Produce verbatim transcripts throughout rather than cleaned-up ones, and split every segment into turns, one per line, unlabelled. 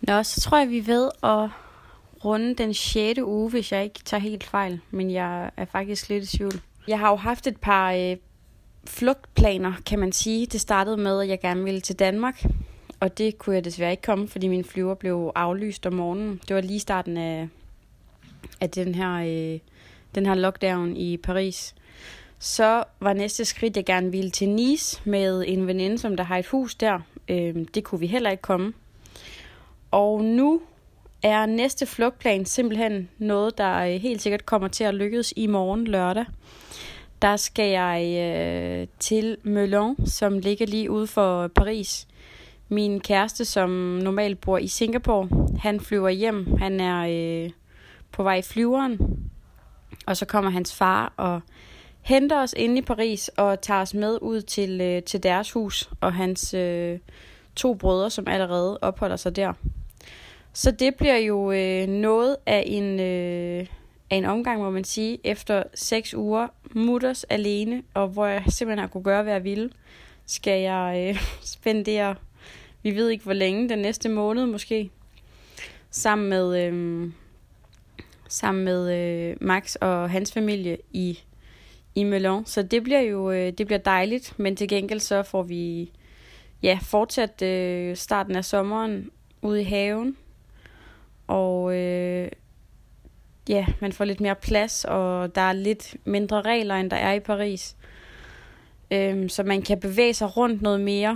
Nå, så tror jeg, vi er ved at runde den sjette uge, hvis jeg ikke tager helt fejl. Men jeg er faktisk lidt i tvivl. Jeg har jo haft et par øh, flugtplaner, kan man sige. Det startede med, at jeg gerne ville til Danmark. Og det kunne jeg desværre ikke komme, fordi min flyver blev aflyst om morgenen. Det var lige starten af, af den, her, øh, den her lockdown i Paris. Så var næste skridt, jeg gerne ville til Nice med en veninde, som der har et hus der. Øh, det kunne vi heller ikke komme. Og nu er næste flugtplan simpelthen noget, der helt sikkert kommer til at lykkes i morgen lørdag. Der skal jeg øh, til Melun, som ligger lige ude for Paris. Min kæreste, som normalt bor i Singapore, han flyver hjem. Han er øh, på vej i flyveren. Og så kommer hans far og henter os inde i Paris og tager os med ud til, øh, til deres hus. Og hans øh, to brødre, som allerede opholder sig der. Så det bliver jo øh, noget af en, øh, af en omgang, må man sige, efter seks uger mutters alene, og hvor jeg simpelthen har kunne gøre, hvad jeg ville, skal jeg øh, spendere, vi ved ikke hvor længe, den næste måned måske, sammen med, øh, sammen med øh, Max og hans familie i, i Melun. Så det bliver jo øh, det bliver dejligt, men til gengæld så får vi ja, fortsat øh, starten af sommeren ude i haven. Og øh, ja, man får lidt mere plads, og der er lidt mindre regler, end der er i Paris. Øhm, så man kan bevæge sig rundt noget mere.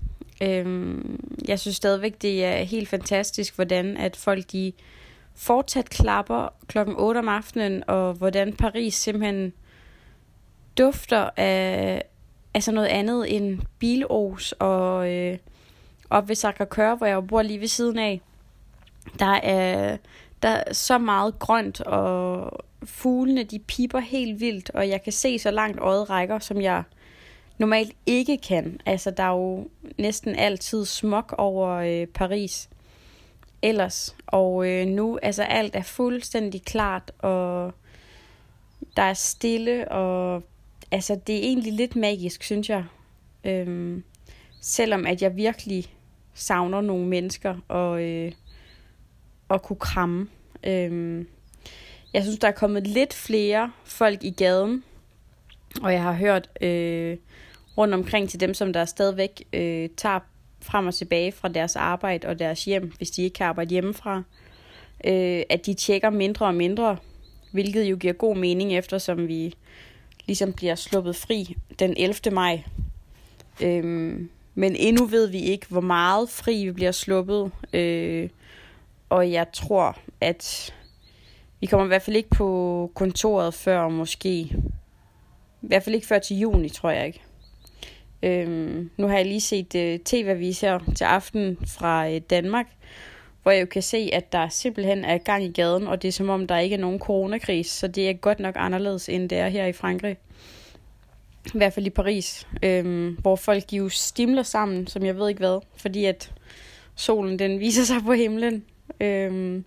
Øhm, jeg synes stadigvæk, det er helt fantastisk, hvordan at folk de fortsat klapper klokken otte om aftenen, og hvordan Paris simpelthen dufter af altså noget andet end bilos. Og øh, op ved Sacré-Cœur, hvor jeg bor lige ved siden af, Der er, der er så meget grønt, og fuglene de piper helt vildt, og jeg kan se så langt øjet rækker, som jeg normalt ikke kan. Altså, der er jo næsten altid smog over øh, Paris ellers, og øh, nu altså alt er fuldstændig klart, og der er stille, og altså det er egentlig lidt magisk, synes jeg. Øhm, selvom at jeg virkelig savner nogle mennesker, og øh, at kunne kramme. Øhm, jeg synes, der er kommet lidt flere folk i gaden, og jeg har hørt øh, rundt omkring til dem, som der stadigvæk øh, tager frem og tilbage fra deres arbejde og deres hjem, hvis de ikke kan arbejde hjemmefra, øh, at de tjekker mindre og mindre, hvilket jo giver god mening, eftersom vi ligesom bliver sluppet fri den ellevte maj. Øhm, men endnu ved vi ikke, hvor meget fri vi bliver sluppet, øh, og jeg tror, at vi kommer i hvert fald ikke på kontoret før måske. I hvert fald ikke før til juni, tror jeg ikke. Øhm, nu har jeg lige set uh, tv-avis her til aften fra uh, Danmark, hvor jeg jo kan se, at der simpelthen er gang i gaden, og det er som om, der ikke er nogen coronakrise, så det er godt nok anderledes, end det er her i Frankrig. I hvert fald i Paris, øhm, hvor folk jo stimler sammen, som jeg ved ikke hvad, fordi at solen den viser sig på himlen. Øhm,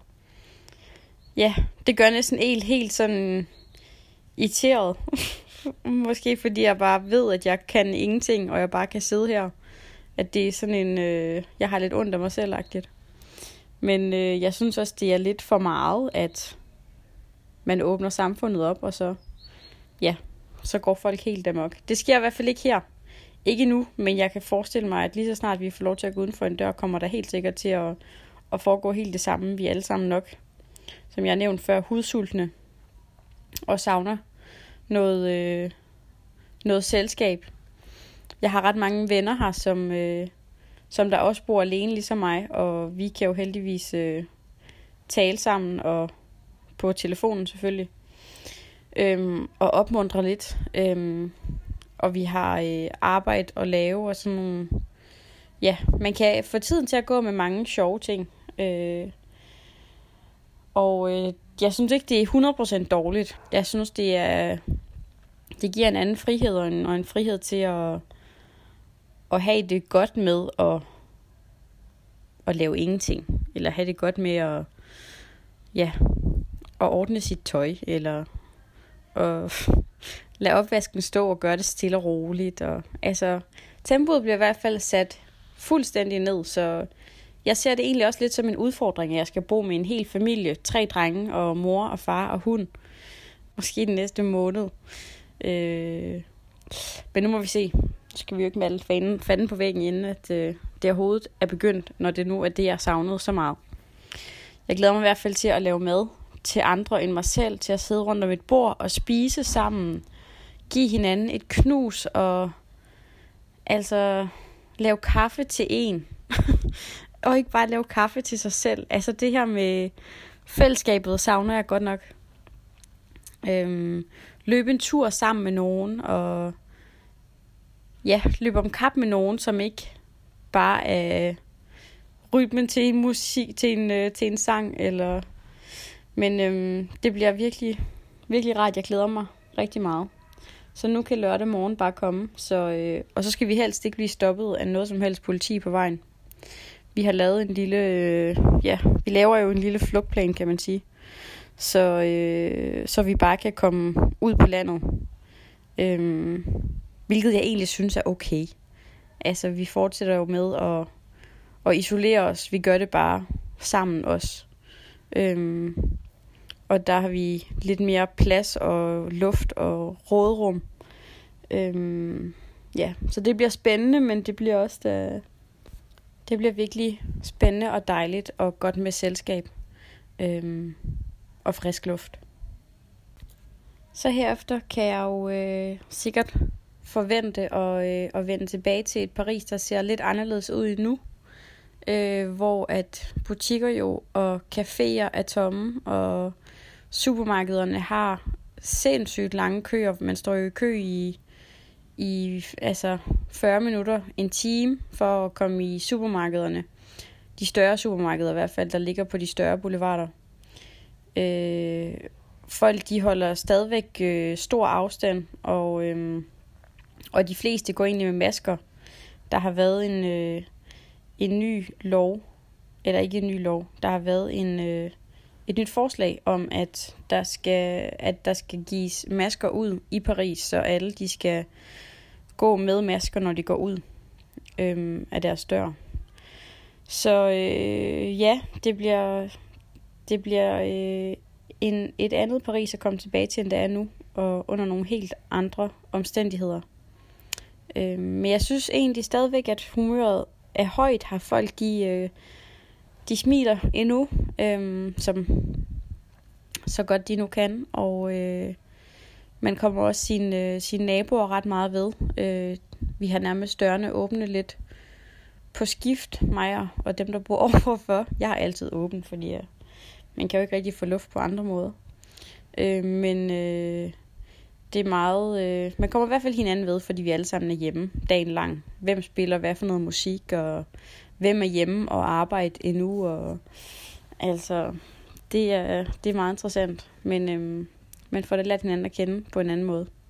ja, det gør næsten helt, helt sådan irriteret. Måske fordi jeg bare ved, at jeg kan ingenting, og jeg bare kan sidde her. At det er sådan en, øh, jeg har lidt ondt af mig selv-agtigt. Men øh, jeg synes også, det er lidt for meget, at man åbner samfundet op, og så, ja, så går folk helt amok. Det sker i hvert fald ikke her. Ikke nu, men jeg kan forestille mig, at lige så snart vi får lov til at gå uden for en dør, kommer der helt sikkert til at, at foregå helt det samme. Vi er alle sammen nok, som jeg har nævnt før, hudsultne og savner noget, øh, noget selskab. Jeg har ret mange venner her, som, øh, som der også bor alene ligesom mig, og vi kan jo heldigvis øh, tale sammen, og på telefonen selvfølgelig, øhm, og opmuntre lidt. Øhm, og vi har øh, arbejde at lave, og sådan nogle, ja, man kan få tiden til at gå med mange sjove ting. Øh, og øh, jeg synes ikke, det er hundrede procent dårligt. Jeg synes, det er det giver en anden frihed, og en, og en frihed til at, at have det godt med at, at lave ingenting. Eller have det godt med at, ja, at ordne sit tøj, eller at lade opvasken stå og gøre det stille og roligt. Og, altså, tempoet bliver i hvert fald sat fuldstændig ned, så jeg ser det egentlig også lidt som en udfordring, at jeg skal bo med en hel familie. Tre drenge og mor og far og hund. Måske den næste måned. Øh, men nu må vi se. Så skal vi jo ikke male fanden, fanden på væggen, inden at øh, det overhovedet er begyndt, når det nu er det, jeg savnede så meget. Jeg glæder mig i hvert fald til at lave mad til andre end mig selv, til at sidde rundt om et bord og spise sammen. Give hinanden et knus og altså lave kaffe til en. Og ikke bare lave kaffe til sig selv. Altså det her med fællesskabet savner jeg godt nok. Øhm, løbe en tur sammen med nogen og ja, løbe om kap med nogen, som ikke bare er rytmen til en musik, til en, øh, til en sang. Eller men øhm, det bliver virkelig, virkelig rart. Jeg glæder mig rigtig meget. Så nu kan lørdag morgen bare komme. Så, øh, og så skal vi helst ikke blive stoppet af noget som helst politi på vejen. Vi har lavet en lille, øh, ja, vi laver jo en lille flugtplan, kan man sige. Så, øh, så vi bare kan komme ud på landet. Øh, hvilket jeg egentlig synes er okay. Altså, vi fortsætter jo med at, at isolere os. Vi gør det bare sammen også. Øh, og der har vi lidt mere plads og luft og råderum. Øh, ja, så det bliver spændende, men det bliver også... Da, Det bliver virkelig spændende og dejligt og godt med selskab øhm, og frisk luft. Så herefter kan jeg jo øh, sikkert forvente at, øh, at vende tilbage til et Paris, der ser lidt anderledes ud endnu. Øh, hvor at butikker jo og caféer er tomme, og supermarkederne har sindssygt lange køer. Man står jo i kø i... i altså fyrre minutter, en time for at komme i supermarkederne. De større supermarkeder i hvert fald, der ligger på de større boulevarder. Øh, folk de holder stadigvæk øh, stor afstand, og, øh, og de fleste går egentlig med masker. Der har været en, øh, en ny lov, eller ikke en ny lov, der har været en, øh, et nyt forslag om, at der skal, at der skal gives masker ud i Paris, så alle de skal gå med masker, når de går ud øhm, af deres dør. Så øh, ja, det bliver, det bliver øh, en, et andet Paris at komme tilbage til, end det er nu, og under nogle helt andre omstændigheder. Øh, men jeg synes egentlig stadigvæk, at humøret er højt. Har folk, de, øh, de smiler endnu, øh, som så godt de nu kan, og øh, man kommer også sine, sine naboer ret meget ved. Øh, vi har nærmest dørene åbne lidt på skift, mig og dem, der bor overfor. Jeg har altid åbent, fordi jeg, man kan jo ikke rigtig få luft på andre måder. Øh, men øh, det er meget... Øh, man kommer i hvert fald hinanden ved, fordi vi alle sammen er hjemme dagen lang. Hvem spiller hvad for noget musik, og hvem er hjemme og arbejder endnu. Og, altså, det er, det er meget interessant. Men... Øh, Man får det lært hinanden at kende på en anden måde.